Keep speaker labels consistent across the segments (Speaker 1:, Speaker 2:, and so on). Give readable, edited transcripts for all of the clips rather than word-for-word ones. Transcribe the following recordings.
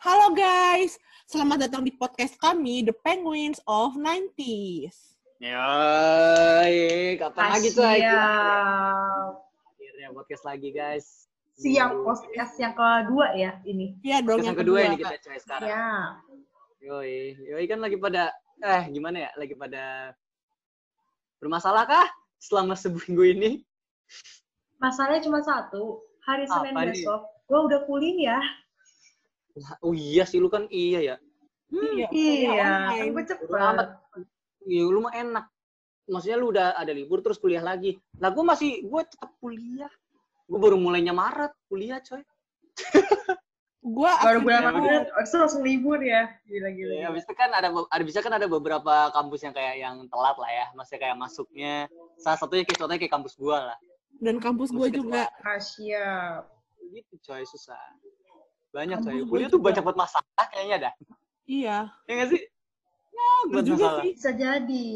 Speaker 1: Halo guys, selamat datang di podcast kami, The Penguins of 90s.
Speaker 2: Yoi, kapan lagi tuh?
Speaker 3: Akhirnya
Speaker 2: podcast lagi guys.
Speaker 3: Siap, podcast yang kedua ya ini.
Speaker 1: Iya dong,
Speaker 2: yang kedua ini kita coy sekarang.
Speaker 3: Ya.
Speaker 2: Yoi kan lagi pada gimana ya? Lagi pada bermasalah kah selama seminggu ini?
Speaker 3: Masalahnya cuma satu, hari Senin
Speaker 2: Apa
Speaker 3: besok gue udah kuliah.
Speaker 2: Oh iya sih, lu kan iya ya.
Speaker 3: Iya, kan gue cepet.
Speaker 2: Iya, lu mah enak. Maksudnya lu udah ada libur terus kuliah lagi. Lah gue tetap kuliah. Gue baru mulainya Maret kuliah, coy.
Speaker 1: Gue
Speaker 3: baru bulan Maret, langsung libur ya. Gila.
Speaker 2: Ya, habis itu kan ada beberapa kampus yang kayak yang telat lah ya. Maksudnya kayak masuknya salah satunya kayak kampus gue lah.
Speaker 1: Dan kampus gue juga.
Speaker 3: Siap.
Speaker 2: Gitu, coy, susah. Banyak coy. Kuliah tuh banyak buat masalah kayaknya dah.
Speaker 1: Iya.
Speaker 2: Ya nggak sih? Ya, buat masalah.
Speaker 3: Bisa jadi.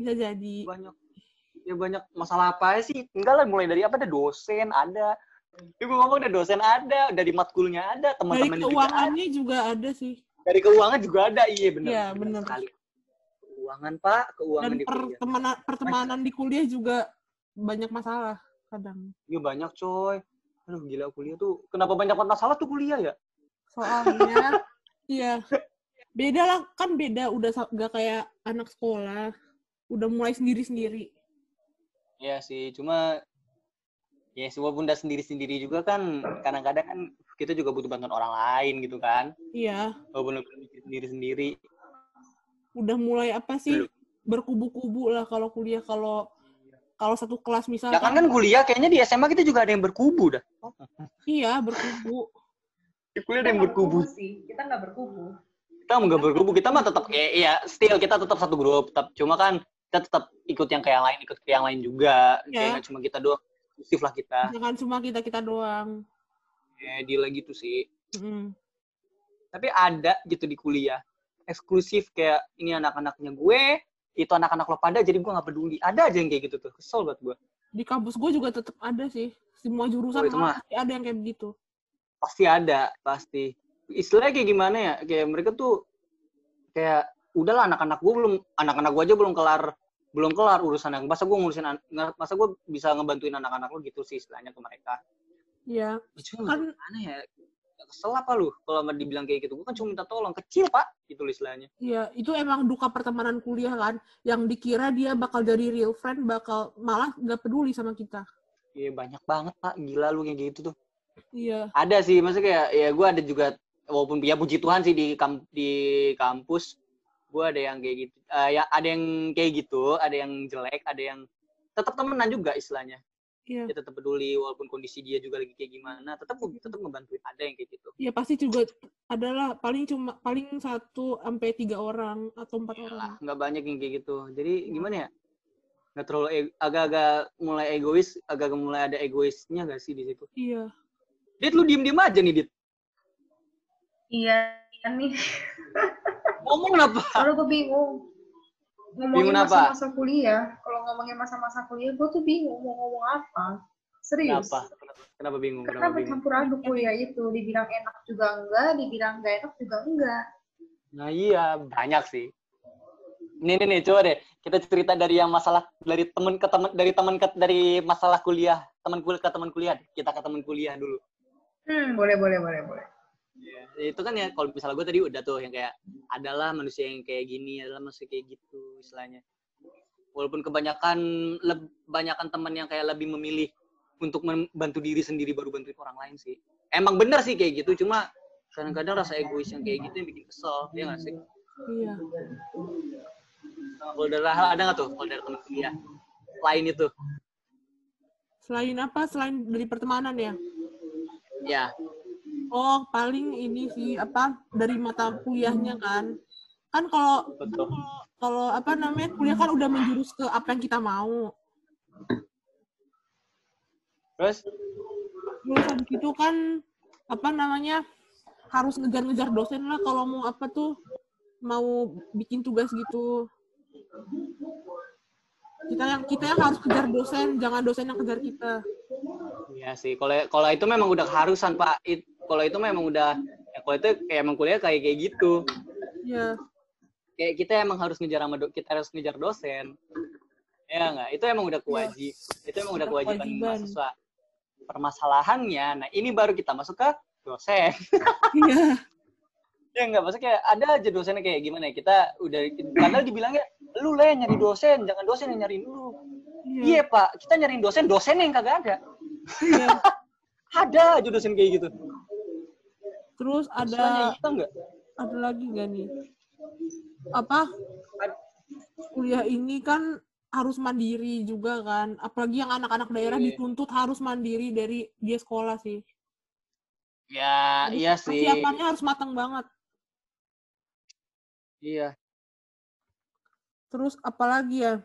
Speaker 2: Banyak masalah apa sih? Enggak lah, mulai dari apa? Ada dosen, ada. Gue ngomong ada dosen ada, dari matkulnya ada, teman-teman
Speaker 1: juga ada. Dari keuangannya juga ada sih.
Speaker 2: Dari keuangan juga ada, iya benar.
Speaker 1: Iya, benar.
Speaker 2: Keuangan, Pak, keuangan
Speaker 1: dan
Speaker 2: di kuliah.
Speaker 1: pertemanan di kuliah juga banyak masalah kadang.
Speaker 2: Iya banyak coy. Aduh gila kuliah tuh. Kenapa banyak masalah tuh kuliah ya?
Speaker 1: Soalnya, iya. Beda lah, kan beda. Udah gak kayak anak sekolah. Udah mulai sendiri-sendiri.
Speaker 2: Iya sih, cuma ya walaupun udah sendiri-sendiri juga kan, kadang-kadang kan kita juga butuh bantuan orang lain gitu kan.
Speaker 1: Iya.
Speaker 2: Walaupun sendiri-sendiri.
Speaker 1: Udah mulai apa sih? Berkubu-kubu lah kalau kuliah. Kalau satu kelas misalnya.
Speaker 2: Ya kan kuliah, kayaknya di SMA kita juga ada yang berkubu dah.
Speaker 1: Iya, berkubu.
Speaker 2: Di kuliah ada yang berkubu.
Speaker 3: Kita nggak berkubu.
Speaker 2: Kita nggak berkubu, kita mah tetap still kita tetap satu grup, cuma kan kita tetap ikut ke yang lain juga.
Speaker 1: Ya.
Speaker 2: Kayak cuma kita doang, eksklusif lah kita.
Speaker 1: Jangan cuma kita doang.
Speaker 2: Deal gitu sih.
Speaker 1: Mm.
Speaker 2: Tapi ada gitu di kuliah, eksklusif kayak ini anak-anaknya gue, itu anak-anak lo pada, jadi gue nggak peduli. Ada aja yang kayak gitu tuh, kesel banget gue.
Speaker 1: Di kampus gue juga tetap ada sih. Semua jurusan pasti ada yang kayak begitu.
Speaker 2: Pasti ada, pasti. Istilahnya kayak gimana ya? Kayak mereka tuh kayak udahlah anak-anak gue aja belum kelar urusan yang masa gue bisa ngebantuin anak-anak lo gitu sih istilahnya ke mereka.
Speaker 1: Iya.
Speaker 2: Kan gimana ya? Kesel apa lu kalau dibilang kayak gitu? Gue kan cuma minta tolong, kecil Pak, gitu istilahnya.
Speaker 1: Iya, itu emang duka pertemanan kuliah kan, yang dikira dia bakal jadi real friend, bakal malah nggak peduli sama kita.
Speaker 2: Iya, banyak banget Pak, gila lu kayak gitu tuh.
Speaker 1: Iya.
Speaker 2: Ada sih, maksudnya kayak ya gue ada juga, walaupun ya puji Tuhan sih di kampus, gue ada yang kayak gitu, ya ada yang kayak gitu, ada yang jelek, ada yang tetap temenan juga istilahnya.
Speaker 1: Iya.
Speaker 2: Dia tetap peduli walaupun kondisi dia juga lagi kayak gimana, tetap ngebantuin, ada yang kayak gitu.
Speaker 1: Iya pasti juga adalah paling 1 sampai 3 orang atau 4 orang.
Speaker 2: Nggak banyak yang kayak gitu. Jadi gimana ya? Nggak terlalu agak-agak mulai egois, agak mulai ada egoisnya nggak sih di situ?
Speaker 1: Iya.
Speaker 2: Dit, lu diem aja nih, Dit.
Speaker 3: Iya nih.
Speaker 2: Ngomong apa?
Speaker 3: Kalau gue bingung. Ngomongin masa-masa kuliah, kalau ngomongin masa-masa kuliah, gue tuh bingung mau ngomong apa. Serius.
Speaker 2: Kenapa bingung?
Speaker 3: Kenapa campur aduk kuliah itu? Dibilang enak juga enggak, dibilang enggak enak juga enggak.
Speaker 2: Nah iya, banyak sih. Nih, coba deh. Kita cerita dari yang masalah, dari dari masalah kuliah. Teman kuliah. Kita ke teman kuliah dulu.
Speaker 3: Boleh.
Speaker 2: Ya, itu kan ya kalau misalnya gue tadi udah tuh yang kayak adalah manusia yang kayak gini, adalah manusia kayak gitu istilahnya. Walaupun kebanyakan teman yang kayak lebih memilih untuk membantu diri sendiri baru bantuin orang lain sih. Emang benar sih kayak gitu, cuma kadang-kadang rasa egois yang kayak gitu yang bikin kesel, ya nggak sih?
Speaker 1: Iya.
Speaker 2: Nah, kalau dari hal ada nggak tuh kalau dari teman kuliah lain itu?
Speaker 1: Selain apa? Selain dari pertemanan ya?
Speaker 2: Ya.
Speaker 1: Oh, paling ini sih dari mata kuliahnya kan. Kan kalau kuliah kan udah menjurus ke apa yang kita mau.
Speaker 2: Terus
Speaker 1: habis itu kan harus ngejar-ngejar dosen lah kalau mau bikin tugas gitu. Kita yang harus kejar dosen, jangan dosen yang kejar kita.
Speaker 2: Iya sih, kalau itu memang udah keharusan Pak. Kalau itu memang udah Kalau itu kayak emang kuliah kayak gitu.
Speaker 1: Iya.
Speaker 2: Kayak kita emang harus ngejar kita harus ngejar dosen. Ya nggak? Itu emang udah itu emang udah kewajiban mahasiswa. Permasalahannya, nah ini baru kita masuk ke dosen.
Speaker 1: Iya.
Speaker 2: Ya nggak, maksudnya kayak ada aja dosennya kayak gimana ya, kita udah, padahal dibilangnya, lu lah yang nyari dosen, jangan dosen yang nyariin lu. Iya Pak, kita nyariin dosen yang kagak ada.
Speaker 1: Iya.
Speaker 2: Ada aja dosen kayak gitu.
Speaker 1: Terus ada
Speaker 2: enggak?
Speaker 1: Ada lagi nggak nih? Apa? Kuliah ini kan harus mandiri juga kan. Apalagi yang anak-anak daerah dituntut harus mandiri dari dia sekolah sih.
Speaker 2: Ya,
Speaker 1: jadi,
Speaker 2: iya sih.
Speaker 1: Persiapannya harus matang banget.
Speaker 2: Iya.
Speaker 1: Terus apalagi ya?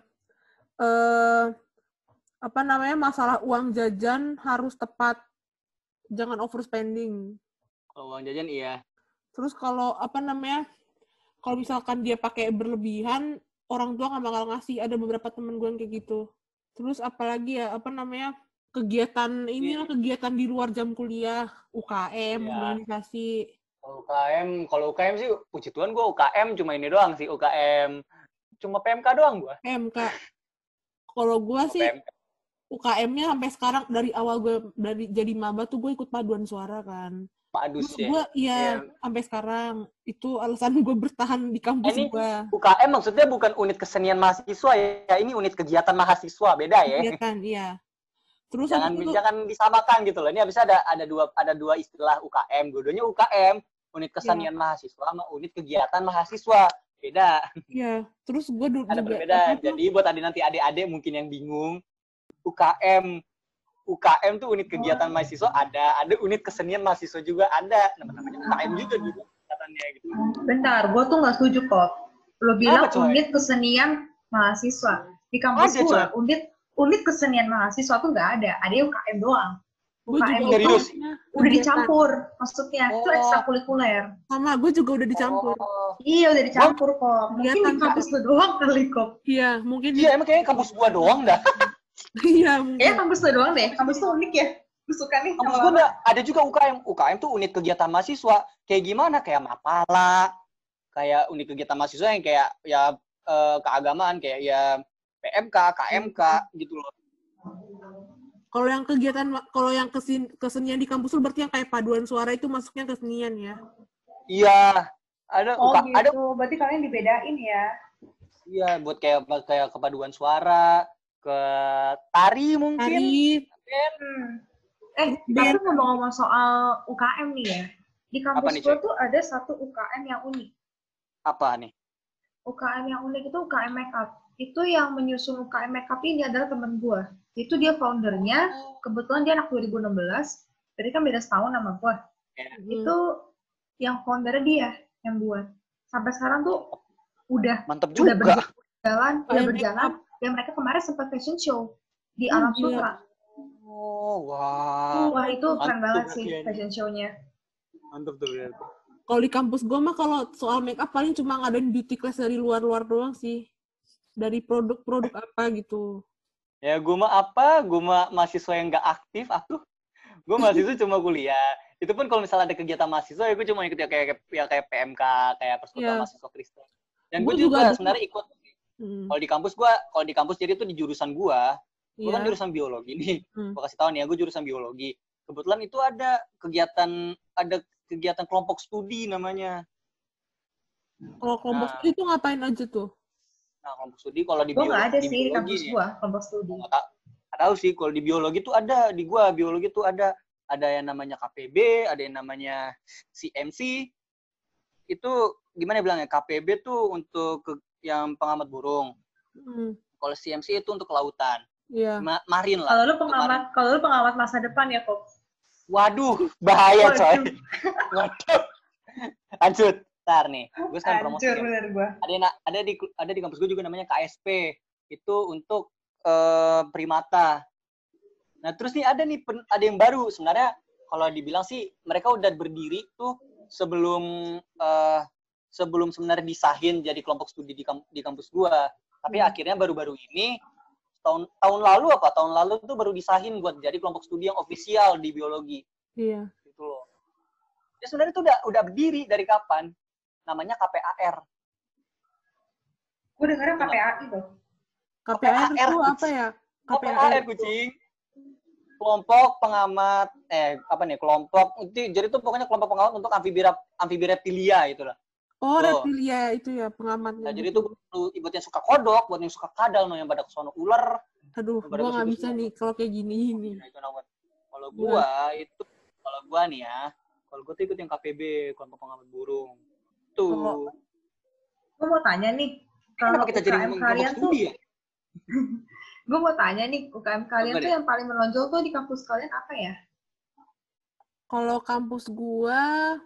Speaker 1: Apa namanya, masalah uang jajan harus tepat. Jangan overspending.
Speaker 2: Kalau uang jajan iya.
Speaker 1: Terus kalau apa namanya? Kalau misalkan dia pakai berlebihan, orang tua nggak bakal ngasih. Ada beberapa temen gue yang kayak gitu. Terus apalagi ya, apa namanya, kegiatan kegiatan di luar jam kuliah, UKM, organisasi.
Speaker 2: Kalau UKM sih, puji Tuhan gue UKM cuma ini doang sih, UKM. Cuma PMK doang gue.
Speaker 1: PMK. Kalau gue sih, UKM-nya sampai sekarang, dari awal gue jadi maba tuh gue ikut paduan suara kan.
Speaker 2: Padus ya.
Speaker 1: Gue sampai sekarang itu alasan gue bertahan di kampus gue.
Speaker 2: UKM maksudnya bukan unit kesenian mahasiswa ya, ini unit kegiatan mahasiswa, beda ya.
Speaker 1: Kegiatan, iya. Terus
Speaker 2: jangan disamakan gitu loh. Ini bisa ada dua istilah UKM, dua-duanya UKM, unit kesenian mahasiswa sama unit kegiatan mahasiswa, beda.
Speaker 1: Iya. Terus gue
Speaker 2: ada berbeda. Jadi buat nanti adik-adik mungkin yang bingung, UKM tuh unit kegiatan mahasiswa ada unit kesenian mahasiswa juga ada, namanya UKM juga dulu katanya gitu.
Speaker 3: Bentar, gue tuh nggak setuju kok. Lo bilang unit kesenian mahasiswa di kampus gue, unit kesenian mahasiswa tuh nggak ada UKM doang. UKM itu udah dicampur, maksudnya itu ekstrakurikuler.
Speaker 1: Sama, gue juga udah dicampur.
Speaker 3: Iya, udah dicampur kok. Mungkin di kampus lo doang kali kok.
Speaker 1: Iya, mungkin.
Speaker 2: Iya, emang kayaknya kampus gua doang dah.
Speaker 1: Iya, mungkin.
Speaker 3: Kampus lo doang deh. Kampus tuh unik ya. Suka nih.
Speaker 2: Kampus gua ada juga UKM. UKM tuh unit kegiatan mahasiswa. Kayak gimana? Kayak Mapala. Kayak unit kegiatan mahasiswa yang kayak ya keagamaan, kayak ya PMK, KMK gitu loh.
Speaker 1: Kalau yang kegiatan, kalau yang kesenian di kampus lu berarti yang kayak paduan suara itu masuknya kesenian ya?
Speaker 2: Iya, ada.
Speaker 3: Gitu. Ada. Berarti kalian dibedain ya?
Speaker 2: Iya, buat kayak kepaduan suara, ke tari mungkin.
Speaker 3: Tapi ngomong-ngomong soal UKM nih ya, di kampus gue tuh ada satu UKM yang unik.
Speaker 2: Apa nih?
Speaker 3: UKM yang unik itu UKM Makeup. Itu yang menyusun UKM Makeup ini adalah temen gue. Itu dia foundernya, kebetulan dia anak 2016, jadi kan beda setahun sama gue. Itu yang foundernya dia yang buat. Sampai sekarang tuh udah berjalan, dan mereka kemarin sempat fashion show di Alam Sutra.
Speaker 2: Oh, wow.
Speaker 3: Wah, itu keren banget sih fashion show-nya.
Speaker 2: Mantap tuh ya.
Speaker 1: Kalau di kampus gue mah kalau soal make up paling cuma ngadain beauty class dari luar-luar doang sih. Dari produk-produk apa gitu.
Speaker 2: Ya, gue mah mahasiswa yang nggak aktif, gue mahasiswa cuma kuliah. Itu pun kalau misalnya ada kegiatan mahasiswa, ya gue cuma ikut kayak PMK, kayak Persekutuan Mahasiswa Kristen. Dan gue juga sebenarnya ikut. Kalau di kampus jadi itu di jurusan gue kan jurusan biologi nih. Gue kasih tahu nih ya, gue jurusan biologi. Kebetulan itu ada kegiatan kelompok studi namanya.
Speaker 1: Kalau kelompok studi itu ngapain aja tuh?
Speaker 2: Nah, kelompok studi kalau di biologi.
Speaker 3: Gue nggak ada sih di kampus gue, kelompok studi.
Speaker 2: Nggak tahu sih, kalau di biologi tuh ada, di gue biologi tuh ada yang namanya KPB, ada yang namanya CMC. Itu gimana bilangnya? KPB tuh untuk yang pengamat burung. Kalau CMC itu untuk kelautan.
Speaker 1: Iya.
Speaker 2: Marin lah.
Speaker 3: Kalau lu pengamat masa depan ya, kok.
Speaker 2: Waduh, bahaya coy. Waduh. Lanjut. Ntar nih, gue sekarang promosi. Ada di kampus gue juga namanya KSP. Itu untuk primata. Nah, terus nih ada yang baru. Sebenarnya kalau dibilang sih mereka udah berdiri tuh sebelum sebenarnya disahin jadi kelompok studi di kampus gue. Tapi akhirnya baru-baru ini tahun lalu tuh baru disahin buat jadi kelompok studi yang ofisial di biologi.
Speaker 1: Iya.
Speaker 2: Gitu loh. Dia sebenarnya itu udah berdiri dari kapan? Namanya KPAR.
Speaker 3: Gue dengarnya KPAI tuh.
Speaker 1: KPAR itu apa ya?
Speaker 2: KPAR kucing. Kelompok pengamat kelompok jadi itu pokoknya kelompok pengamat untuk amfibi reptilia itulah.
Speaker 1: Oh, reptilia itu ya pengamatnya.
Speaker 2: Nah, jadi itu buat yang suka kodok, buat yang suka kadal, yang pada kesono ular.
Speaker 1: Aduh, gua nggak bisa nih kalau kayak gini.
Speaker 2: Nah, kalau gua nih ya, kalau gua tuh ikut yang KPB, kelompok pengamat burung. Tuh.
Speaker 3: Gua mau tanya nih, kalau
Speaker 2: kita jadi
Speaker 3: UKM kalian tuh
Speaker 2: ya?
Speaker 3: Gue mau tanya nih, UKM kalian tuh yang paling menonjol tuh di kampus kalian apa ya?
Speaker 1: Kalau kampus gua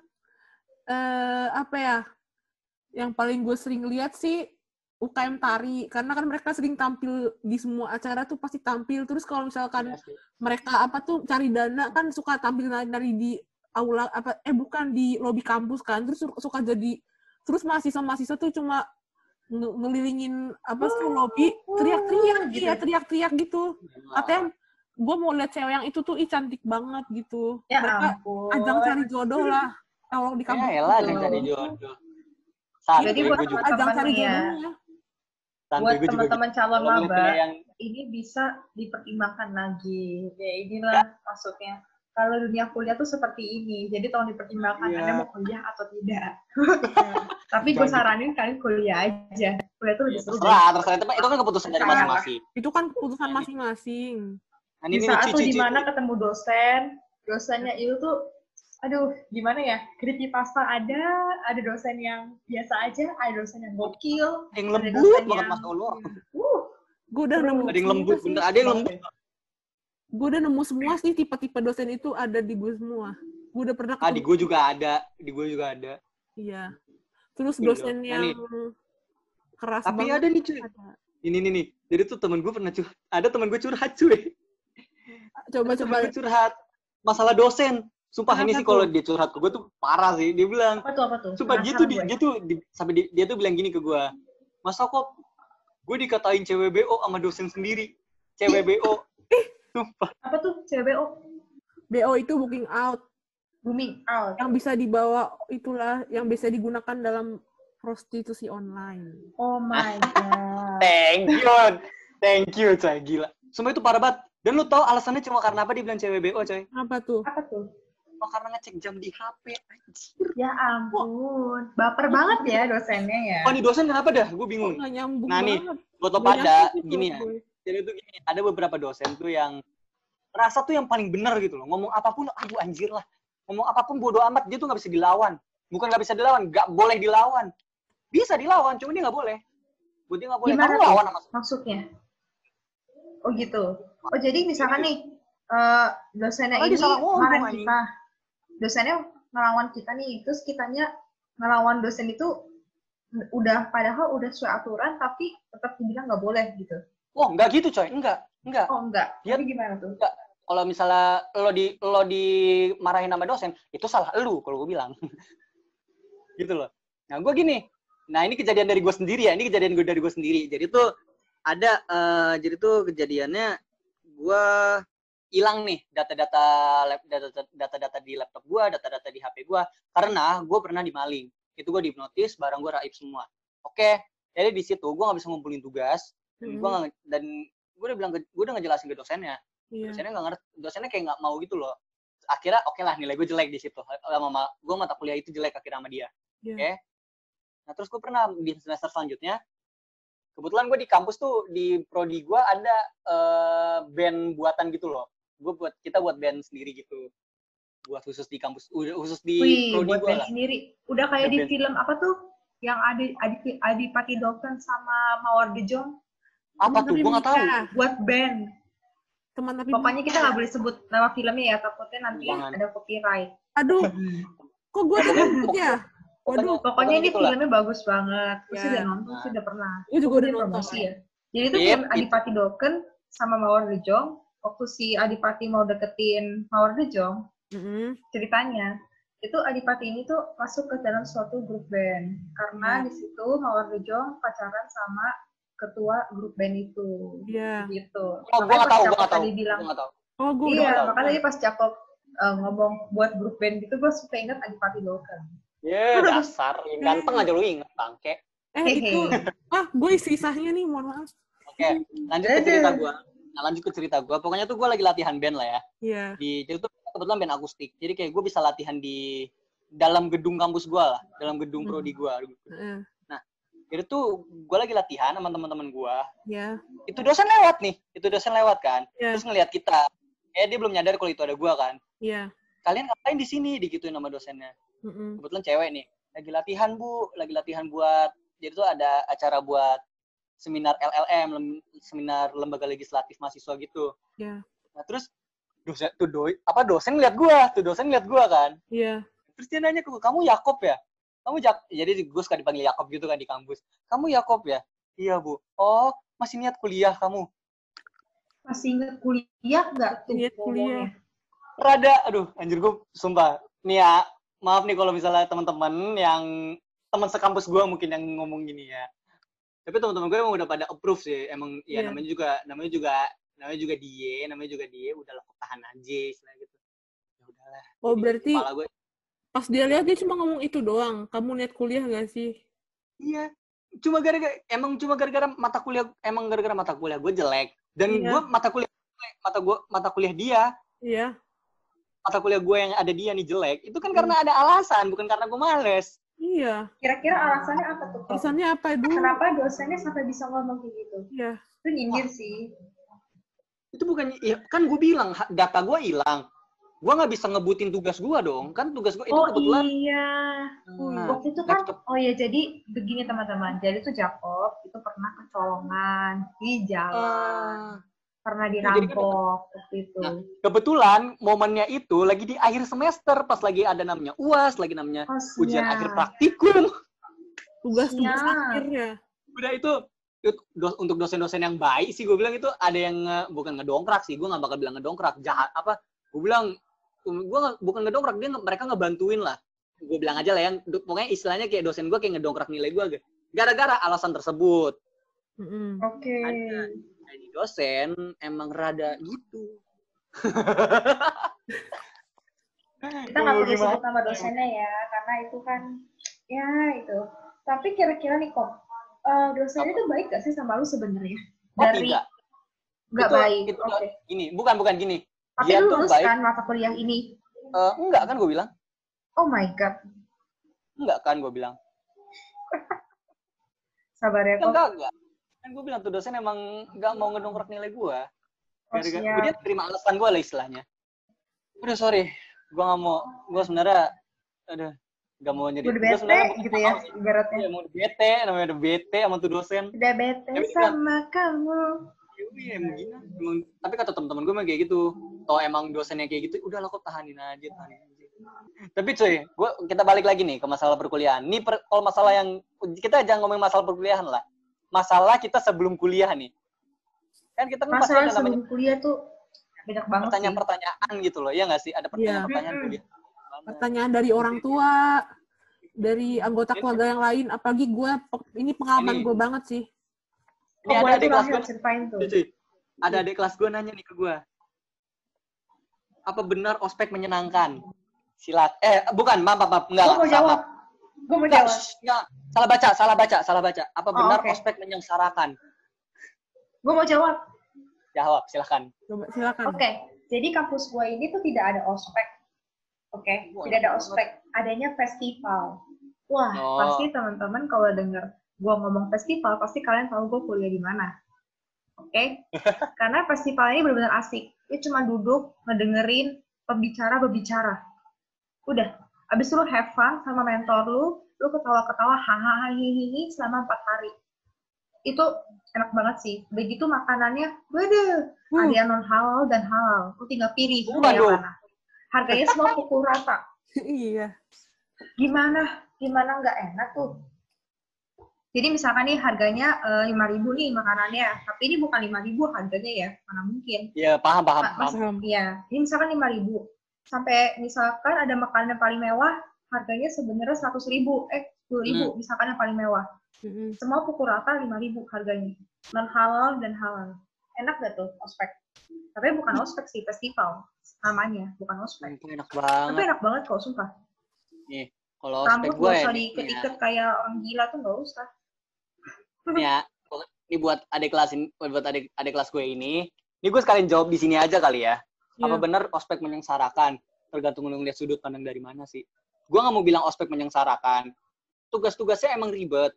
Speaker 1: apa ya? Yang paling gue sering lihat sih UKM tari, karena kan mereka sering tampil di semua acara tuh pasti tampil. Terus kalau misalkan mereka cari dana kan suka tampil nari di aula bukan di lobi kampus kan. Terus suka jadi terus mahasiswa tuh cuma ngelilingin lobi teriak-teriak gitu. Katanya gue mau lihat cewek yang itu tuh cantik banget gitu.
Speaker 3: Ya
Speaker 1: mereka
Speaker 3: ampun.
Speaker 1: ajang cari jodoh lah kalau di kampus.
Speaker 2: Ya elah ajang cari jodoh.
Speaker 3: Jadi buat teman-teman ya, buat teman-teman calon maba, ini bisa dipertimbangkan lagi. Ya inilah maksudnya. Kalau dunia kuliah tuh seperti ini, jadi tolong dipertimbangkan Anda mau kuliah atau tidak. Tapi gue saranin kalian kuliah aja. Kuliah tuh lebih seru.
Speaker 2: Terserah. Itu kan keputusan dari masing-masing.
Speaker 1: Itu kan keputusan masing-masing.
Speaker 3: Di saat tuh dimana ketemu dosennya itu tuh aduh, gimana ya? Creepypasta ada dosen yang biasa aja, ada dosen yang gokil,
Speaker 2: yang lembut banget Mas Ulur.
Speaker 1: Gue udah nemu.
Speaker 2: Ada yang lembut, bener. Ada yang lembut.
Speaker 1: Gue udah nemu semua sih tipe-tipe dosen itu ada di gue semua. Gue udah pernah ketemu.
Speaker 2: Di gue juga ada.
Speaker 1: Iya. Terus dosen yang keras
Speaker 2: tapi
Speaker 1: banget.
Speaker 2: Tapi ada nih cuy. Ini nih. Jadi tuh temen gue pernah ada temen gue curhat cuy.
Speaker 1: Coba.
Speaker 2: Curhat masalah dosen. Sumpah ini sih kalau dia curhat ke gue tuh parah sih. Dia bilang.
Speaker 3: Apa tuh?
Speaker 2: Sumpah dia tuh bilang gini ke gue. Masa kok gue dikatain CWBO sama dosen sendiri. CWBO. Sumpah.
Speaker 3: Apa tuh CWBO?
Speaker 1: BO itu booking out. Yang bisa dibawa itulah yang bisa digunakan dalam prostitusi online.
Speaker 3: Oh my god.
Speaker 2: Thank you coy, gila. Sumpah itu parah banget. Dan lu tahu alasannya cuma karena apa dia bilang CWBO coy?
Speaker 1: Apa tuh?
Speaker 2: Karena ngecek jam di HP.
Speaker 3: Anjir. Ya ampun. Baper banget ya dosennya ya.
Speaker 2: Nih dosen kenapa dah? Gue bingung.
Speaker 1: Nggak nyambung
Speaker 2: nah nih, buat lo pada gini ya. Jadi tuh gini, ada beberapa dosen tuh yang rasa tuh yang paling benar gitu loh. Ngomong apapun, aduh anjir lah. Ngomong apapun bodo amat, dia tuh nggak bisa dilawan. Bukan nggak bisa dilawan, nggak boleh dilawan. Bisa dilawan, cuma dia nggak boleh. Dia nggak boleh.
Speaker 3: Gimana
Speaker 2: kamu lawan sama
Speaker 3: maksudnya? Oh gitu. Oh jadi misalkan nih, dosennya ini marahin kita. Dosennya ngelawan kita nih, terus kitanya ngelawan dosen itu padahal udah sesuai aturan, tapi tetap dibilang nggak boleh gitu.
Speaker 2: Oh, enggak gitu coy, enggak.
Speaker 3: Oh enggak, jadi gimana tuh?
Speaker 2: Enggak. Kalau misalnya lo dimarahin sama dosen, itu salah lu kalau gue bilang. Gitu loh. Nah gue gini, ini kejadian dari gue sendiri ya, Jadi tuh ada, jadi tuh kejadiannya gue hilang nih data-data di laptop gue, data-data di HP gue, karena gue pernah dimaling. Itu gue dihipnotis, barang gue raib semua. Oke, jadi di situ gue nggak bisa ngumpulin tugas, dan gue udah ngejelasin ke dosennya. Dosennya nggak ngerti, dosennya kayak nggak mau gitu loh. Akhirnya oke lah, nilai gue jelek di situ. Gue mata kuliah itu jelek akhirnya sama dia. Oke. Nah terus gue pernah di semester selanjutnya, kebetulan gue di kampus tuh di prodi gue ada band buatan gitu loh. Kita buat band sendiri gitu. Buat khusus di kampus, khusus di prodi gue lah.
Speaker 3: Sendiri. Udah kayak di film apa tuh? Yang Adipati Dolken sama Mawar De Jong.
Speaker 2: Apa tuh? Gue nggak tahu.
Speaker 3: Buat band. Pokoknya kita nggak boleh sebut nama filmnya ya, takutnya nanti ada copyright.
Speaker 1: Aduh, kok gue udah nonton ya?
Speaker 3: Waduh, pokoknya ini filmnya bagus banget. Gue sudah nonton, sudah pernah.
Speaker 1: Gue juga udah nonton.
Speaker 3: Ya. Jadi itu film Adipati Dolken sama Mawar De Jong. Waktu si Adipati mau deketin Mawar De Jong, ceritanya itu Adipati ini tuh masuk ke dalam suatu grup band karena di situ Mawar De Jong pacaran sama ketua grup band itu. Gitu.
Speaker 2: Oh, gue nggak tahu.
Speaker 3: Iya, makanya tadi pas Jakob ngomong buat grup band gitu, gue suka ingat Adipati Dolken.
Speaker 2: Dasar. Ganteng aja lu inget, bangke.
Speaker 1: Itu, gue sisanya nih, mohon maaf.
Speaker 2: Oke, lanjut ke cerita gue. Lanjut ke cerita gue. Pokoknya tuh gue lagi latihan band lah ya.
Speaker 1: Iya.
Speaker 2: Jadi tuh kebetulan band akustik. Jadi kayak gue bisa latihan di dalam gedung kampus gue lah. Dalam gedung prodi gue. Nah, itu tuh gue lagi latihan sama teman-teman gue.
Speaker 1: Iya.
Speaker 2: Itu dosen lewat nih. kan.
Speaker 1: Yeah.
Speaker 2: Terus ngeliat kita. Dia belum nyadar kalau itu ada gue kan.
Speaker 1: Iya.
Speaker 2: Kalian ngapain di sini? Digituin sama dosennya. Kebetulan cewek nih. Lagi latihan, Bu. Lagi latihan buat... Jadi tuh ada acara buat seminar LLM, seminar lembaga legislatif mahasiswa gitu.
Speaker 1: Iya.
Speaker 2: Nah, terus dosen ngeliat gua kan.
Speaker 1: Iya.
Speaker 2: Terus dia nanya ke gua, "Kamu Yakob ya?" Jadi gue suka dipanggil Yakob gitu kan di kampus. "Kamu Yakob ya?" "Iya, Bu." "Oh, masih niat kuliah kamu?"
Speaker 3: Masih ingat kuliah nggak tuh?
Speaker 1: Niat kuliah.
Speaker 2: Rada, aduh, anjir gue sumpah. Nih ya, maaf nih kalau misalnya teman-teman yang teman sekampus gue mungkin yang ngomong gini ya. Tapi teman-teman gue emang udah pada approve sih. Emang ya namanya juga dia, udahlah tahan aja istilah gitu. Ya udahlah.
Speaker 1: Oh, berarti
Speaker 2: gue,
Speaker 1: pas dia lihat dia cuma ngomong itu doang. Kamu niat kuliah gak sih?
Speaker 2: Iya. Cuma gara-gara mata kuliah gue jelek dan gue mata kuliah dia.
Speaker 1: Iya.
Speaker 2: Mata kuliah gue yang ada dia nih jelek. Itu kan karena ada alasan, bukan karena gue males.
Speaker 1: Iya.
Speaker 3: Kira-kira alasannya apa tuh?
Speaker 1: Alasannya apa dulu?
Speaker 3: Kenapa dosennya sampai bisa ngomong kayak gitu?
Speaker 1: Iya.
Speaker 3: Itu nyindir sih.
Speaker 2: Itu bukan, ya, kan gue bilang data gue hilang. Gue nggak bisa ngebutin tugas gue dong. Kan tugas gue itu kebetulan.
Speaker 3: Oh iya. Waktu itu kan, jadi begini teman-teman. Jadi tuh Jakob itu pernah kecolongan di jalan. Pernah dirampok waktu itu.
Speaker 2: Nah, kebetulan momennya itu lagi di akhir semester, pas lagi ada namanya UAS, lagi namanya ujian akhir praktikum.
Speaker 1: Tugas akhir ya.
Speaker 2: Udah itu untuk dosen-dosen yang baik sih gue bilang itu ada yang bukan ngedongkrak sih, gue nggak bakal bilang ngedongkrak, jahat apa? Gue bilang gue bukan ngedongkrak, mereka ngebantuin lah. Gue bilang aja lah yang pokoknya istilahnya kayak dosen gue kayak ngedongkrak nilai gue gara-gara alasan tersebut.
Speaker 3: Oke.
Speaker 2: Jadi dosen emang rada gitu.
Speaker 3: Kita nggak perlu sebut nama dosennya ya, karena itu kan ya itu. Tapi kira-kira nih kok, dosennya itu baik gak sih sama lu sebenarnya? Dari nggak baik.
Speaker 2: Oke. Gini, bukan gini.
Speaker 3: Tapi lu lulus kan mata kuliah ini?
Speaker 2: Enggak kan gue bilang.
Speaker 3: Oh my god.
Speaker 2: Enggak kan gue bilang.
Speaker 3: Sabar ya kok.
Speaker 2: Enggak. Kan gue bilang tuh dosen emang nggak mau ngedongkrak nilai gue. Dia terima alasan gue lah istilahnya. Udah sorry, gue nggak mau. Gue sebenarnya, nggak mau jadi.
Speaker 3: Udah bete gitu ya, ibaratnya.
Speaker 2: Iya, mau bete, namanya udah bete sama tuh dosen.
Speaker 3: Udah bete sama kamu.
Speaker 2: Iya, emang. Tapi kata teman-teman gue emang kayak gitu. Toh emang dosennya kayak gitu, udah lah kok tahanin aja. Tapi cuy, kita balik lagi nih ke masalah perkuliahan. Nih kalau masalah yang kita jangan ngomongin masalah perkuliahan lah. Masalah kita sebelum kuliah nih. Kan kita kan
Speaker 3: masalah sebelum kuliah tuh banyak banget
Speaker 2: pertanyaan gitu loh. Ya nggak sih? Ada pertanyaan kuliah.
Speaker 1: Pertanyaan dari orang tua, dari anggota keluarga yang lain. Apalagi gue, ini pengalaman gue banget sih.
Speaker 2: Ini ada adik kelas gue. Ada adik kelas gue nanya nih ke gue. Apa benar ospek menyenangkan? Bukan, maaf. Enggak.
Speaker 3: Gue mau jawab.
Speaker 2: Enggak. Salah baca. Apa benar ospek menyengsarakan?
Speaker 3: Gue mau jawab.
Speaker 2: Jawab, silakan.
Speaker 1: Silakan.
Speaker 3: Oke. Jadi kampus gue ini tuh tidak ada ospek. Oke. Tidak ada ospek. Adanya festival. Wah, pasti teman-teman kalau denger gue ngomong festival, pasti kalian tahu gue kuliah di mana. Oke? Karena festival ini benar-benar asik. Dia cuma duduk, ngedengerin pembicara berbicara. Udah. Abis itu lu have fun sama mentor lu ketawa-ketawa, hahaha, hihihi selama 4 hari. Itu enak banget sih. Begitu makanannya, ada yang non halal dan halal. Lu tinggal pilih yang mana. Harganya semua pukul rata.
Speaker 1: Iya.
Speaker 3: Gimana nggak enak tuh? Jadi misalkan nih harganya 5.000 nih makanannya, tapi ini bukan 5.000 harganya ya, mana mungkin.
Speaker 2: Iya, paham.
Speaker 3: Iya, ini misalkan 5.000. Sampai misalkan ada makanan yang paling mewah, harganya sebenarnya 100.000, 10.000 misalkan yang paling mewah. Semua pukul rata 5.000 harganya. Non halal dan halal. Enak gak tuh ospek? Tapi bukan ospek sih, festival namanya, bukan ospek.
Speaker 2: Enak
Speaker 3: Tapi
Speaker 2: banget.
Speaker 3: enak banget kok, sumpah.
Speaker 2: Nih, kalau ospek
Speaker 3: Rambut
Speaker 2: gue
Speaker 3: gak
Speaker 2: ya,
Speaker 3: usah
Speaker 2: nih,
Speaker 3: diikat-ikat kayak orang gila tuh gak usah.
Speaker 2: ya, ini buat adik kelas ini, buat adik kelas gue ini. Ini gue sekalian jawab di sini aja kali ya. Apa benar ospek menyengsarakan? Tergantung lu lihat sudut pandang dari mana sih. Gue nggak mau bilang ospek menyengsarakan. Tugas-tugasnya emang ribet.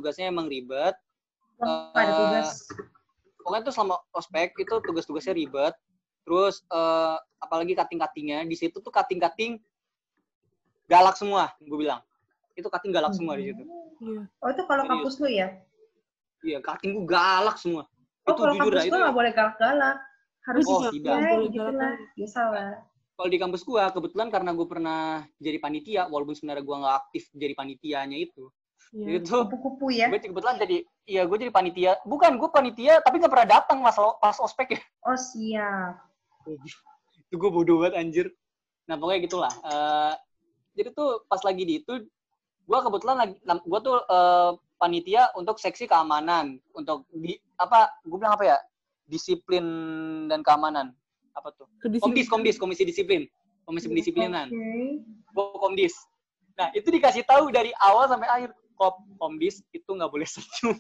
Speaker 3: Ada tugas.
Speaker 2: Pokoknya tuh selama ospek itu tugas-tugasnya ribet. Terus apalagi cutting-cuttingnya. Di situ tuh cutting-cutting galak semua, gue bilang. Itu cutting galak semua di situ.
Speaker 3: Oh itu kalau kampus lu ya?
Speaker 2: Iya, cutting gue galak semua.
Speaker 3: Oh
Speaker 2: Itu
Speaker 3: kalau
Speaker 2: jujur
Speaker 3: kampus
Speaker 2: itu.
Speaker 3: gue gak boleh galak-galak. Harus
Speaker 2: tidak.
Speaker 3: Gitu lah. Biasa lah.
Speaker 2: Kalau di kampus gue, kebetulan karena gue pernah jadi panitia, walaupun sebenarnya gue nggak aktif jadi panitianya itu. Itu
Speaker 3: kupu-kupu ya?
Speaker 2: Gue kebetulan gue jadi panitia. Bukan, gue panitia, tapi nggak pernah datang pas ospek ya.
Speaker 3: Oh siap.
Speaker 2: Itu gue bodoh banget anjir. Nah pokoknya gitulah. Jadi tuh pas lagi di itu, gue kebetulan gue tuh panitia untuk seksi keamanan, untuk gue bilang apa ya, disiplin dan keamanan. Apa tuh? Komisi disiplin. Komisi pendisiplinan. Gue komdis. Nah, itu dikasih tahu dari awal sampai akhir. Komdis itu nggak boleh senyum.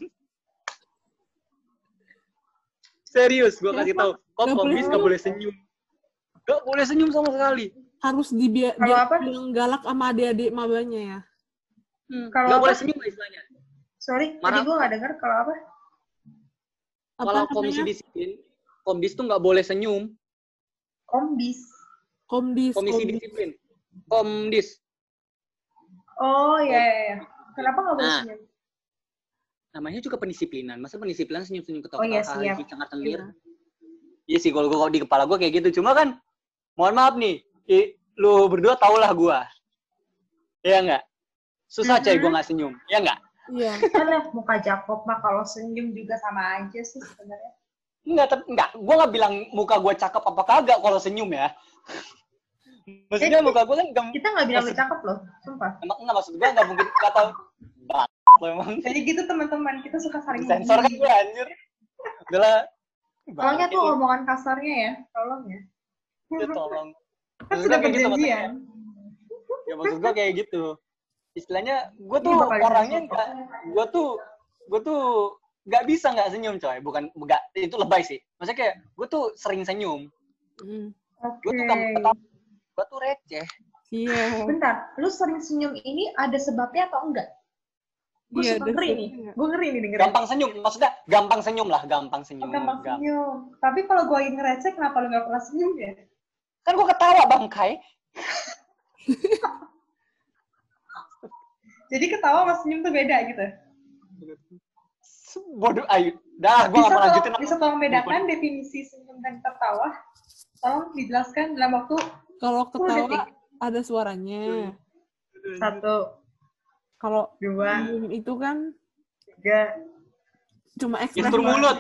Speaker 2: Serius, gue kasih tahu. Komdis nggak boleh senyum. Nggak boleh senyum sama sekali.
Speaker 1: Harus bilang galak sama adik-adik mabanya ya.
Speaker 2: Nggak boleh senyum istilahnya.
Speaker 3: Sorry, tadi gue nggak dengar kalau apa?
Speaker 2: Kalau komisi disiplin, komdis tuh nggak boleh senyum.
Speaker 3: Komisi
Speaker 2: disiplin. Komdis.
Speaker 3: Oh iya. Kenapa nggak boleh senyum?
Speaker 2: Namanya juga pendisiplinan. Masa pendisiplinan senyum-senyum ketawa-ketawa?
Speaker 3: Oh iya siap.
Speaker 2: Iya sih, kalau di kepala gue kayak gitu. Cuma kan, mohon maaf nih, lu berdua tau lah gue. Iya nggak? Susah coy gue nggak senyum. Iya nggak?
Speaker 3: Iya. Kan muka Jakob mah kalau senyum juga sama aja sih sebenarnya.
Speaker 2: Enggak. Gue nggak bilang muka gue cakep apa kagak kalau senyum ya. Maksudnya muka gue kan
Speaker 3: kita nggak bilang lu cakep loh, sumpah.
Speaker 2: Emang enggak, maksud gue nggak mungkin kata emang.
Speaker 3: Jadi gitu teman-teman, kita suka saling
Speaker 2: sensor kan gue anjir. Udahlah.
Speaker 3: Tolongnya tuh omongan kasarnya ya, tolong ya.
Speaker 2: Tolong.
Speaker 3: Kan sudah perjanjian.
Speaker 2: Ya maksud gue kayak gitu. Istilahnya gue tuh orangnya gue tuh nggak bisa nggak senyum coy. Bukan nggak, itu lebay sih. Maksudnya kayak gue tuh sering senyum. Gue tuh ketawa. Gue tuh receh.
Speaker 1: Iya.
Speaker 3: Bentar, lu sering senyum ini ada sebabnya atau enggak? Gue suka ngeri nih. Gue ngeri nih dengerin.
Speaker 2: Gampang senyum, maksudnya gampang senyum lah, gampang senyum.
Speaker 3: Senyum. Tapi kalau gue lagi ngereceh, kenapa lu nggak pernah senyum ya?
Speaker 2: Kan gue ketawa bangkai.
Speaker 3: Jadi ketawa sama senyum tuh beda gitu?
Speaker 2: Bodoh, ayo. Dah, gue nggak mau lanjutin.
Speaker 3: Bisa tolong bedakan definisi senyum dan tertawa? Tolong dijelaskan dalam waktu.
Speaker 1: Kalau ketawa ada suaranya.
Speaker 3: 1.
Speaker 1: Kalau
Speaker 3: 2.
Speaker 1: Itu kan
Speaker 3: 3.
Speaker 1: Cuma ekspresi
Speaker 2: mulut.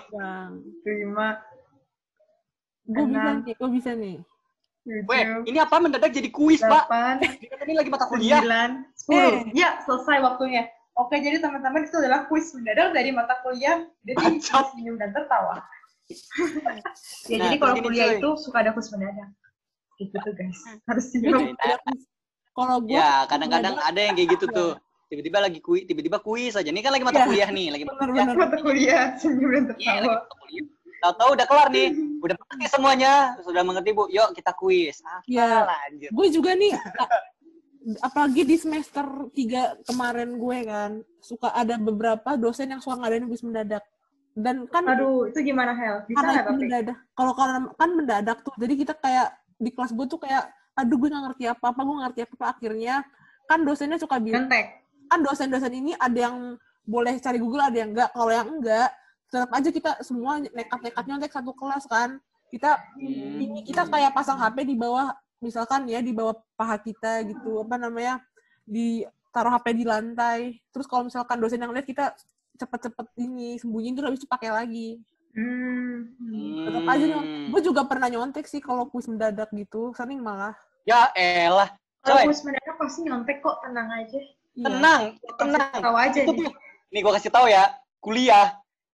Speaker 3: 5.
Speaker 1: Gue bisa nih.
Speaker 3: 7.
Speaker 2: Weh, ini apa mendadak jadi kuis,
Speaker 3: 8,
Speaker 2: Pak? Ini lagi mata kuliah.
Speaker 3: 9, 10. Ya, selesai waktunya. Oke, jadi teman-teman itu adalah kuis mendadak dari mata kuliah definisi senyum dan tertawa. Jadi kalau kuliah itu suka ada kuis mendadak. Itu tuh guys, harus siap.
Speaker 1: Kalau gue
Speaker 2: ya kadang-kadang ada yang kayak gitu tuh, tiba-tiba kuis aja. Ini kan lagi mata kuliah nih, lagi
Speaker 3: mata kuliah senyum dan tertawa.
Speaker 2: Tahu-tahu udah kelar nih, udah mengerti semuanya, sudah mengerti Bu. Yuk kita kuis. Anjir.
Speaker 1: Gue juga nih, apalagi di semester 3 kemarin gue kan, suka ada beberapa dosen yang suka ngadain kuis mendadak. Dan kan,
Speaker 3: aduh itu gimana Hel? Bisa nggak tapi?
Speaker 1: Mendadak. Kalau kan mendadak tuh, jadi kita kayak di kelas gue tuh kayak, aduh gue nggak ngerti apa-apa, akhirnya kan dosennya suka bilang, kan dosen-dosen ini ada yang boleh cari Google, ada yang enggak. Kalau yang enggak, tetap aja kita semua nekat-nekat nyontek satu kelas kan. Kita kayak pasang HP di bawah, misalkan ya di bawah paha kita gitu, ditaruh HP di lantai. Terus kalau misalkan dosen yang lihat, kita cepet-cepet sembunyiin terus habis itu pakai lagi. Tetap aja gue juga pernah nyontek sih kalau kuis mendadak gitu, sering malah.
Speaker 2: Ya elah.
Speaker 3: Kalau kuis mendadak pasti nyontek kok, tenang aja.
Speaker 2: Tenang.
Speaker 3: Tahu aja
Speaker 2: itu nih. Nih gue kasih tahu ya, kuliah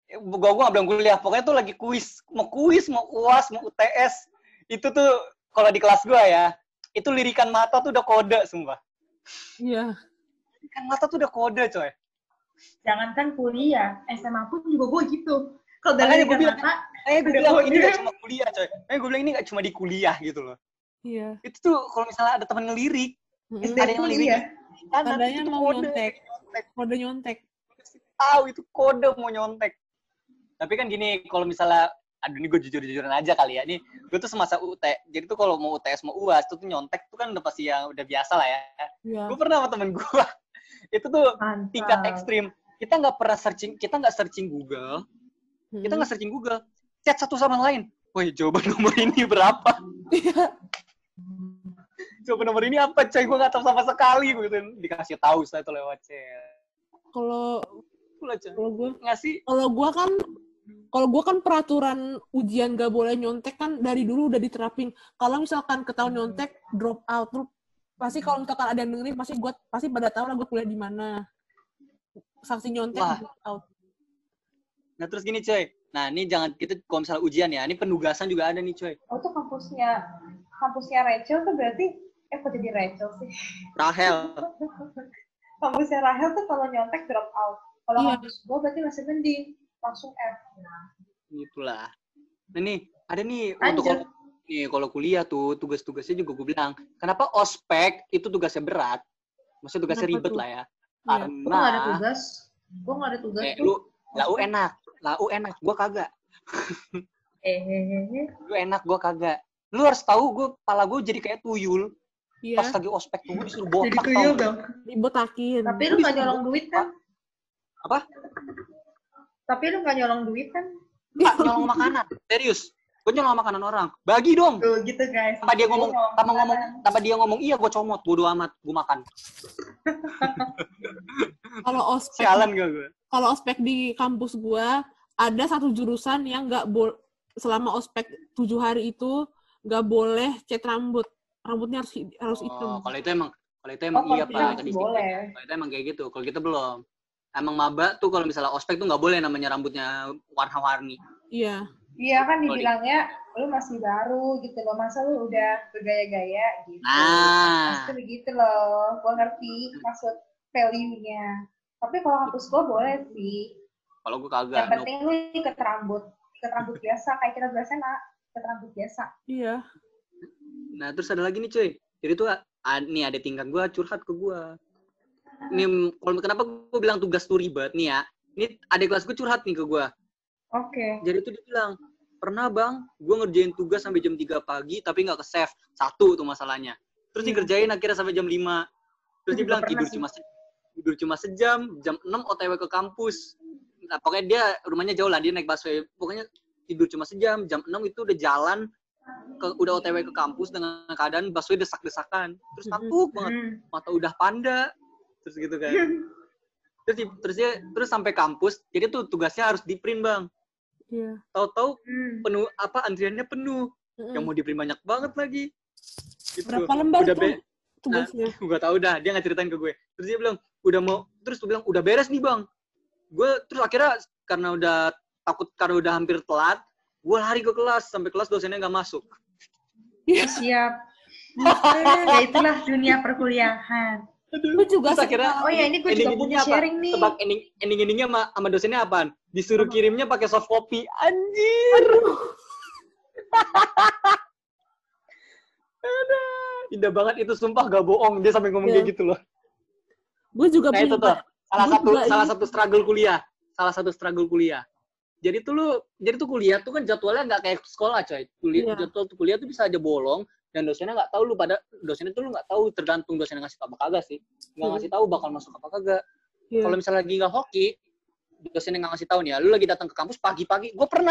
Speaker 2: Gua nggak belum kuliah, pokoknya tuh lagi kuis, mau UAS, mau UTS. Itu tuh kalau di kelas gua ya, itu lirikan mata tuh udah kode, sumpah.
Speaker 1: Iya.
Speaker 2: Lirikan mata tuh udah kode, coy.
Speaker 3: Jangankan kuliah, SMA pun juga gue gitu. Kalau
Speaker 2: Makanya
Speaker 3: dari
Speaker 2: gue bilang, gue bilang ini nggak cuma kuliah, coy. Gue bilang ini nggak cuma di kuliah gitu loh.
Speaker 1: Iya.
Speaker 2: Itu tuh kalau misalnya ada teman ngelirik, ada yang ngelirik,
Speaker 3: iya.
Speaker 1: Tandanya
Speaker 2: itu
Speaker 1: mau
Speaker 2: kode,
Speaker 1: nyontek. Kode nyontek.
Speaker 2: Tahu itu kode mau nyontek. Tapi kan gini, kalau misalnya, aduh ini gue jujur-jujuran aja kali ya. Nih, gue tuh semasa jadi tuh kalau mau UTS mau UAS tuh nyontek tuh kan udah pasti yang udah biasa lah ya.
Speaker 1: Iya.
Speaker 2: Gue pernah sama temen gue, itu tuh tingkat ekstrim. Kita nggak searching Google, kita nggak searching Google, chat satu sama lain. Woi, jawaban nomor ini berapa? Jawaban nomor ini apa, coy? Gue nggak tahu sama sekali. Gue gitu dikasih tahu saya tuh lewat chat.
Speaker 1: Kalau gue kan peraturan ujian gak boleh nyontek kan dari dulu udah diterapin. Kalau misalkan ketahuan nyontek, drop out. Terus pasti kalau misalkan ada yang dengerin, pasti pada tahu lah gue kuliah di mana. Sanksi nyontek, drop out.
Speaker 2: Nah terus gini, coy. Nah ini jangan kita kalau misalnya ujian ya, ini penugasan juga ada nih, coy.
Speaker 3: Oh tuh kampusnya Rachel tuh berarti kok jadi Rachel sih?
Speaker 2: Rahel.
Speaker 3: Kampusnya Rahel tuh kalau nyontek drop out. Kalau kampus gue berarti masih mending langsung F.
Speaker 2: Itulah. Nah nih, ada nih untuk kalau kuliah tuh tugas-tugasnya juga gue bilang, kenapa ospek itu tugasnya berat? Maksudnya tugasnya ribet lah ya. Karena
Speaker 3: gue nggak ada tugas. Gue nggak ada tugas tuh.
Speaker 2: Lau enak, gue kagak. Lu enak, gue kagak. Lu harus tahu gue kepala gue jadi kayak tuyul. Iya. Pas lagi ospek tuh gue disuruh botak.
Speaker 3: Jadi tuyul dong.
Speaker 1: Dibotakin.
Speaker 3: Tapi lu nggak nyolong duit kan?
Speaker 2: Apa?
Speaker 3: Tapi lu nggak nyolong duit kan?
Speaker 2: Nggak, nyolong makanan. Serius. Gue nyolong makanan orang. Bagi dong.
Speaker 3: Tuh gitu guys.
Speaker 2: Tanpa dia ngomong iya gue comot. Bodo amat. Gue makan.
Speaker 1: Kalau ospek di kampus gue, ada satu jurusan yang nggak selama ospek 7 hari itu nggak boleh cat rambut. Rambutnya harus hitam.
Speaker 2: Kalau itu emang iya Pak. Boleh. Kalau itu emang kayak gitu. Kalau kita belum. Emang maba tuh kalau misalnya ospek tuh nggak boleh namanya rambutnya warna-warni.
Speaker 1: Iya.
Speaker 3: Iya kan dibilangnya lu masih baru gitu loh, masa lu udah bergaya-gaya gitu. Maksudnya begitu loh, gue ngerti maksud value-nya. Tapi kalau kampus gue boleh sih.
Speaker 2: Kalau gue kagak.
Speaker 3: Yang penting lu ikat rambut biasa, kayak kita biasanya ikat rambut biasa.
Speaker 1: Iya.
Speaker 2: Nah terus ada lagi nih cuy, jadi tuh nih ada tingkat gue curhat ke gue. Nih, kenapa gue bilang tugas tuh ribet nih ya? Ini adik kelas gue curhat nih ke gue.
Speaker 3: Oke.
Speaker 2: Jadi tuh dia bilang, pernah bang, gue ngerjain tugas sampai jam 3 pagi tapi nggak ke-save. 1 tuh masalahnya. Terus dikerjain akhirnya sampai jam 5. Terus dia bilang tidur cuma sejam, jam 6 OTW ke kampus. Nah, pokoknya dia rumahnya jauh lah, dia naik busway. Pokoknya tidur cuma sejam, jam 6 itu udah jalan, udah OTW ke kampus dengan keadaan busway desak-desakan. Terus takut banget, mata udah panda. Terus gitu kan. Terus sampai kampus, jadi tuh tugasnya harus di-print bang.
Speaker 1: Iya.
Speaker 2: Tahu-tahu penuh antriannya penuh. Yang mau di-print banyak banget lagi. Gitu.
Speaker 1: Berapa lembar tuh tugasnya?
Speaker 2: Gue tahu dah, dia nggak ceritain ke gue. Terus dia bilang, udah beres nih bang. Gue terus akhirnya karena udah hampir telat, gue lari ke kelas, sampai kelas dosennya nggak masuk.
Speaker 3: Siap. Ya itulah dunia perkuliahan.
Speaker 1: Gue juga
Speaker 2: akhirnya,
Speaker 3: ini gue juga punya sharing nih.
Speaker 2: Tebak ending-endingnya sama dosennya apaan? Disuruh kirimnya pakai soft copy. Anjir. Indah banget itu, sumpah gak bohong. Dia sampai ngomong kayak gitu loh.
Speaker 1: Gue juga punya.
Speaker 2: Itu tuh salah satu struggle kuliah. Jadi tuh kuliah tuh kan jadwalnya nggak kayak sekolah coy. Jadwal kuliah tuh bisa aja bolong. Dan dosennya nggak tahu dosennya tuh lu nggak tahu, tergantung dosennya ngasih apa kagak sih, nggak ngasih tahu bakal masuk apa kagak. Kalau misalnya lagi nggak hoki, dosennya nggak ngasih tahu nih ya, lu lagi datang ke kampus pagi-pagi. Gue pernah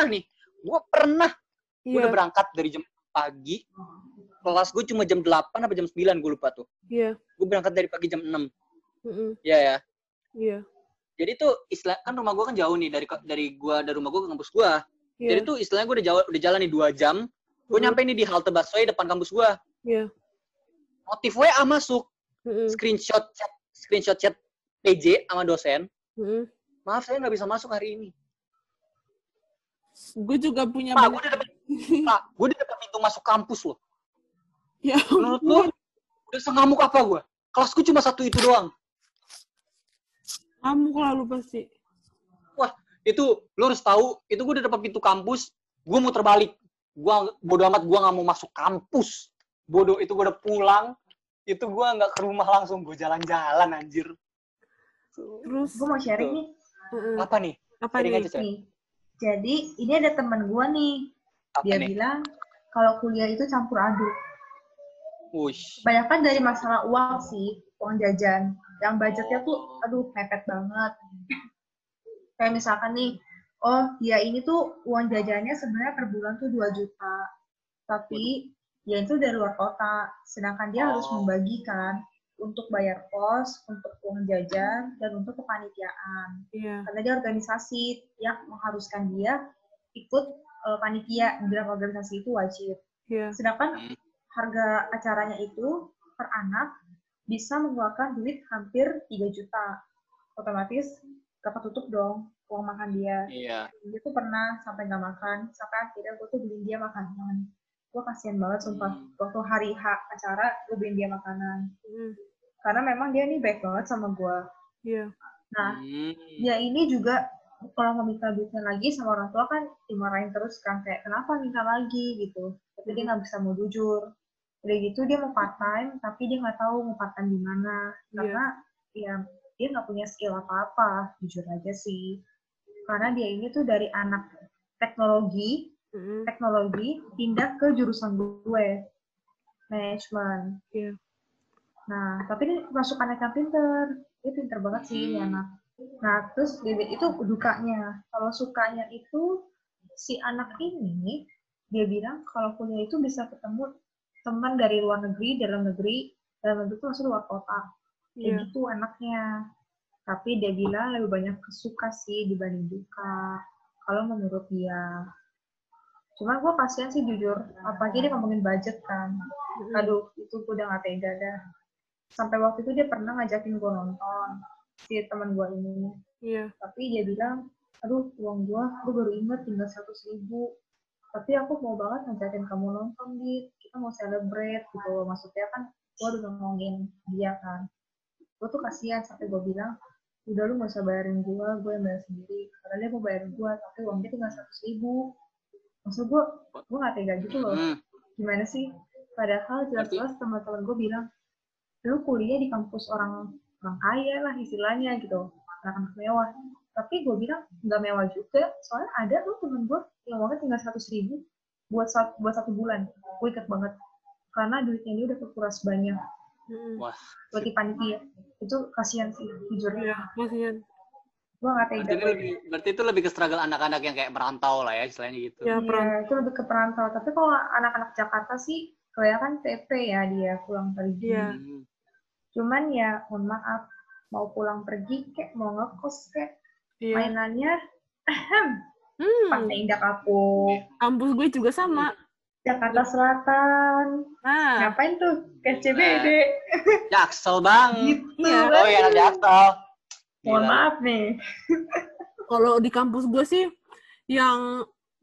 Speaker 2: udah berangkat dari jam pagi, kelas gue cuma jam 8 apa jam 9 gue lupa tuh. Gue berangkat dari pagi jam 6. Iya. Jadi tuh kan rumah gue kan jauh nih dari rumah gue ke kampus gue. Jadi tuh istilahnya gue udah jalan nih 2 jam. Gue nyampe nih di halte busway depan kampus gue. Notif WA masuk. Screenshot chat PJ sama dosen. Maaf, saya nggak bisa masuk hari ini.
Speaker 1: Gue juga punya
Speaker 2: Pak, gue udah dapat pintu masuk kampus loh.
Speaker 1: Ya,
Speaker 2: Menurut lo, udah sengamuk apa gue? Kelasku cuma satu itu doang.
Speaker 1: kamu kalau lu pasti.
Speaker 2: Wah, itu lo harus tahu, itu gue udah dapat pintu kampus, gue mau terbalik. Gue bodo amat, gue nggak mau masuk kampus. Bodoh, itu gue udah pulang, itu gue nggak ke rumah langsung, gue jalan-jalan anjir.
Speaker 1: Terus
Speaker 3: Gue mau sharing nih.
Speaker 2: Apa nih?
Speaker 1: apa
Speaker 2: Sharing
Speaker 1: nih?
Speaker 2: aja, Coy.
Speaker 3: Nih. Jadi ini ada teman gue nih.
Speaker 2: Apa
Speaker 3: Dia
Speaker 2: nih?
Speaker 3: bilang kalau kuliah itu campur aduk.
Speaker 2: Wush.
Speaker 3: Kebanyakan dari masalah uang sih, uang jajan. Yang budgetnya tuh, aduh, mepet banget. Kayak misalkan nih, oh dia ini tuh uang jajannya sebenarnya per bulan tuh 2 juta. Tapi dia itu dari luar kota. Sedangkan dia harus membagikan untuk bayar kos, untuk uang jajan, dan untuk kepanitiaan.
Speaker 1: Iya.
Speaker 3: Karena dia organisasi yang mengharuskan dia ikut panitia di dalam organisasi itu wajib.
Speaker 1: Iya.
Speaker 3: Sedangkan harga acaranya itu per anak bisa mengeluarkan duit hampir 3 juta. Otomatis dapat tutup dong uang makan dia.
Speaker 2: Iya.
Speaker 3: Dia tuh pernah sampai nggak makan, sampai akhirnya gue tuh beliin dia makanan. Gue kasihan banget sumpah. Waktu hari H acara, gue beliin dia makanan. Karena memang dia nih baik banget sama gue.
Speaker 1: Iya.
Speaker 3: Nah, dia ini juga kalau mau minta duitnya lagi sama orang tua kan dimarahin terus kan, kayak kenapa minta lagi gitu. Tapi dia nggak bisa mau jujur. Udah gitu dia mau part time, tapi dia nggak tahu mau part time di mana. Karena ya dia nggak punya skill apa-apa, jujur aja sih. Karena dia ini tuh dari anak teknologi pindah ke jurusan gue, manajemen.
Speaker 1: Iya.
Speaker 3: Nah, tapi dia masuk anak yang pinter. Dia pinter banget sih ini anak. Nah, terus itu dukanya. Kalau sukanya itu, si anak ini, dia bilang kalau kuliah itu bisa ketemu teman dari luar negeri, dalam negeri itu masuk luar kota. Kayak gitu anaknya. Tapi dia bilang lebih banyak kesuka sih dibanding duka. Kalau menurut dia. Cuma gue kasihan sih jujur. Apalagi dia ngomongin budget kan. Aduh, itu gue udah gak tega dah. Sampai waktu itu dia pernah ngajakin gue nonton. Si teman gue ini.
Speaker 1: Iya.
Speaker 3: Tapi dia bilang, aduh uang gue baru inget tinggal 100.000. Tapi aku mau banget ngajakin kamu nonton, Dit. Kita mau celebrate gitu. Maksudnya kan gue udah ngomongin dia kan. Gue tuh kasihan sampai gue bilang, udah lu gak usah bayarin gue yang bayar sendiri. Karena dia mau bayarin gue, tapi uangnya tinggal 100.000. Maksud gue gak tega gitu loh. Gimana sih? Padahal jelas-jelas teman-teman gue bilang, lu kuliah di kampus orang kaya lah istilahnya gitu. Anak-anak mewah. Tapi gue bilang, gak mewah juga. Soalnya ada tuh temen gue yang uangnya tinggal 100.000 buat 1 bulan. Gue ikat banget. Karena duitnya dia udah kekuras banyak.
Speaker 2: Wah.
Speaker 3: Buat di panitia. Itu kasihan sih, jujur.
Speaker 1: Iya, kasihan.
Speaker 3: Gue gak tega.
Speaker 2: Berarti itu lebih ke struggle anak-anak yang kayak merantau lah ya, istilahnya gitu.
Speaker 3: Iya, itu lebih ke perantau. Tapi kalau anak-anak Jakarta sih, kebanyakan PP ya dia pulang pergi.
Speaker 1: Iya.
Speaker 3: Cuman ya, mohon maaf, mau pulang pergi kek, mau ngekos kek, mainannya Pantai Indah Kapuk.
Speaker 1: Kampus gue juga sama.
Speaker 3: Jakarta Selatan. Ngapain tuh? Ke SCBD.
Speaker 2: Jaksel bang.
Speaker 3: Gitu.
Speaker 2: Oh iya, Jaksel.
Speaker 3: Mohon maaf nih.
Speaker 1: Kalau di kampus gue sih, yang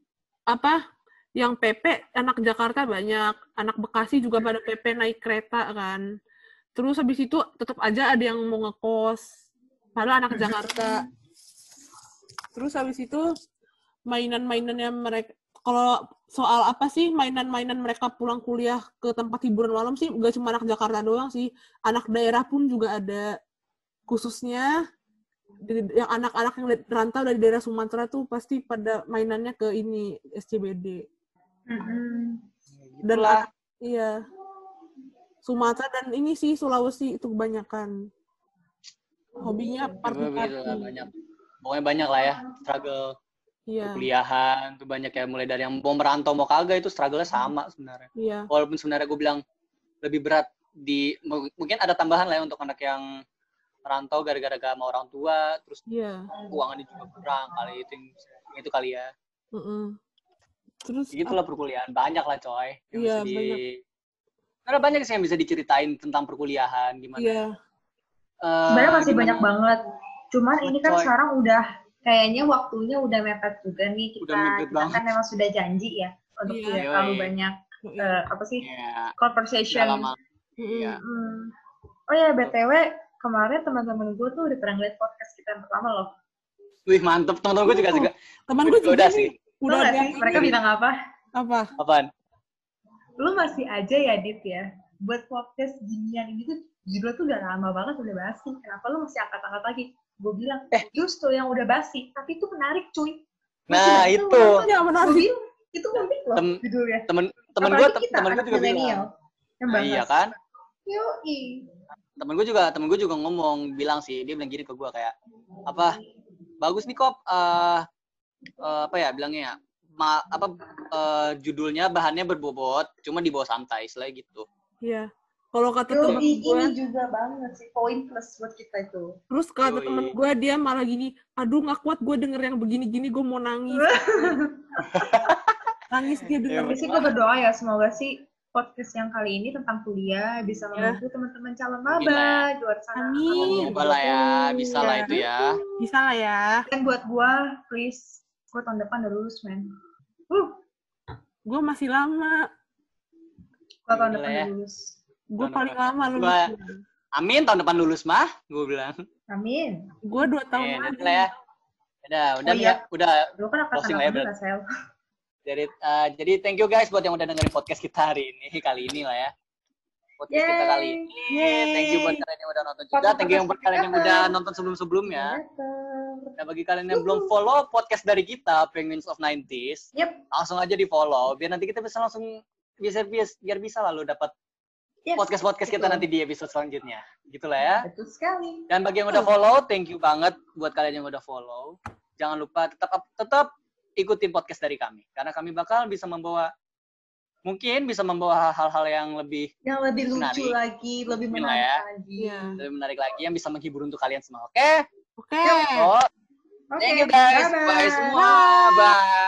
Speaker 1: PP, anak Jakarta banyak. Anak Bekasi juga pada PP naik kereta kan. Terus habis itu tetap aja ada yang mau ngekos. Padahal anak Jakarta. Terus habis itu mainan-mainannya mereka, kalau soal apa sih mainan-mainan mereka pulang kuliah ke tempat hiburan malam sih, gak cuma anak Jakarta doang sih, anak daerah pun juga ada. Khususnya yang anak-anak yang rantau dari daerah Sumatera tuh pasti pada mainannya ke ini SCBD. Dan iya, Sumatera dan ini sih Sulawesi itu kebanyakan hobinya party-party.
Speaker 2: Banyak. Pokoknya banyak lah ya struggle. Perkuliahan tuh banyak ya, mulai dari yang mau merantau mau kagak itu struggle-nya sama sebenarnya.
Speaker 1: Iya.
Speaker 2: Walaupun sebenarnya gue bilang lebih berat di mungkin ada tambahan lah ya untuk anak yang merantau gara-gara gak sama orang tua, terus keuangannya juga kurang kali itu kali ya.
Speaker 1: Terus
Speaker 2: gitulah perkuliahan banyak lah coy.
Speaker 1: Iya, banyak.
Speaker 2: Karena banyak sih yang bisa diceritain tentang perkuliahan gimana.
Speaker 1: Iya.
Speaker 3: Sebenarnya masih banyak banget. Cuman ini kan sekarang udah kayaknya waktunya udah mepet juga nih.
Speaker 2: Udah mepet
Speaker 3: Kita
Speaker 2: banget.
Speaker 3: kan memang sudah janji ya untuk
Speaker 1: Iya.
Speaker 3: tidak terlalu
Speaker 2: Yoi.
Speaker 3: banyak apa sih
Speaker 2: Ya,
Speaker 3: conversation.
Speaker 2: udah lama.
Speaker 1: Mm-mm.
Speaker 2: Iya.
Speaker 3: Oh ya BTW kemarin teman-teman gue tuh udah pernah ngeliat podcast kita yang pertama loh.
Speaker 2: Wih, mantep. Teman-teman gue juga.
Speaker 1: Teman gue juga
Speaker 2: Udah
Speaker 1: nih,
Speaker 2: sih.
Speaker 1: udah
Speaker 3: Tau gak
Speaker 1: ada
Speaker 3: sih mereka
Speaker 1: ini.
Speaker 3: bilang apa?
Speaker 1: Apa?
Speaker 2: Apaan?
Speaker 3: Lu masih aja ya Dit ya buat podcast ginian ini tuh judul tuh udah lama banget udah basi. Kenapa lu masih angkat-angkat lagi? Gue bilang justru yang udah basi tapi itu menarik cuy.
Speaker 2: Nah,
Speaker 3: Masih
Speaker 2: itu.
Speaker 3: banyak
Speaker 1: Ya
Speaker 3: yang
Speaker 1: menarik.
Speaker 3: Gue bilang itu menarik loh judulnya.
Speaker 2: Temen
Speaker 3: Apalagi
Speaker 2: gue
Speaker 3: kita,
Speaker 2: temen gue
Speaker 3: anak
Speaker 2: juga bilang.
Speaker 3: milenial yang
Speaker 2: Nah,
Speaker 3: bahas.
Speaker 2: iya kan?
Speaker 3: Yoi.
Speaker 2: Temen gue juga ngomong, bilang sih, dia bilang gini ke gue kayak apa? Bagus nih Kop, apa ya bilangnya ya? Judulnya bahannya berbobot, cuma dibawa santai, selain gitu.
Speaker 1: Iya. Kalau kata temen
Speaker 3: Yoi,
Speaker 1: gue,
Speaker 3: ini juga banget sih poin plus buat kita itu.
Speaker 1: terus kata
Speaker 2: Yoi.
Speaker 1: temen gue dia malah gini, aduh nggak kuat gue denger yang begini-gini, gue mau nangis. Nangis dia denger.
Speaker 3: Tapi sih gue berdoa ya semoga sih podcast yang kali ini tentang kuliah bisa membantu teman-teman calon maba di luar sana.
Speaker 1: Amin.
Speaker 2: Coba lah ya, bisa lah itu ya.
Speaker 1: Bisa lah ya.
Speaker 3: Dan buat gue, please, gue tahun depan udah lulus, men.
Speaker 1: Gue masih lama.
Speaker 3: Gue tahun
Speaker 2: Udah
Speaker 3: depan
Speaker 2: lah ya.
Speaker 3: udah lulus.
Speaker 1: Gue
Speaker 2: Tahun
Speaker 1: paling
Speaker 2: depan.
Speaker 1: lama lulus.
Speaker 2: Gua- Amin, tahun depan lulus mah, gue bilang.
Speaker 3: Amin.
Speaker 1: Gue 2 tahun lagi.
Speaker 2: Nanti lah ya. Udah,
Speaker 3: Oh, iya.
Speaker 2: udah.
Speaker 3: Lu kan
Speaker 2: Closing
Speaker 3: angkatan
Speaker 2: lah ya,
Speaker 3: 18, Sel.
Speaker 2: Jadi thank you guys buat yang udah dengerin podcast kita kali ini lah ya. Podcast kita kali ini. Thank you buat kalian yang udah nonton juga. Thank you buat kalian yang udah nonton sebelum-sebelumnya. Nah, bagi kalian yang belum follow podcast dari kita, Penguins of 90s,
Speaker 3: Yep.
Speaker 2: langsung aja di follow biar nanti kita bisa langsung biar bisa lalu dapat
Speaker 3: Yes,
Speaker 2: podcast kita
Speaker 3: betul.
Speaker 2: nanti di episode selanjutnya. Gitulah ya.
Speaker 3: Betul sekali.
Speaker 2: Dan bagi yang udah follow, thank you banget buat kalian yang udah follow. Jangan lupa tetap ikutin podcast dari kami karena kami bakal bisa membawa hal-hal yang lebih
Speaker 3: Yang lebih
Speaker 2: menarik.
Speaker 3: lucu lagi, lebih
Speaker 2: Mungkin
Speaker 3: menarik
Speaker 2: lah ya.
Speaker 3: lagi.
Speaker 1: Iya.
Speaker 2: lebih menarik lagi yang bisa menghibur untuk kalian semua. Oke?
Speaker 1: Oke.
Speaker 2: Oh,
Speaker 3: Oke,
Speaker 2: thank you guys.
Speaker 3: bye-bye.
Speaker 2: Bye semua. Bye.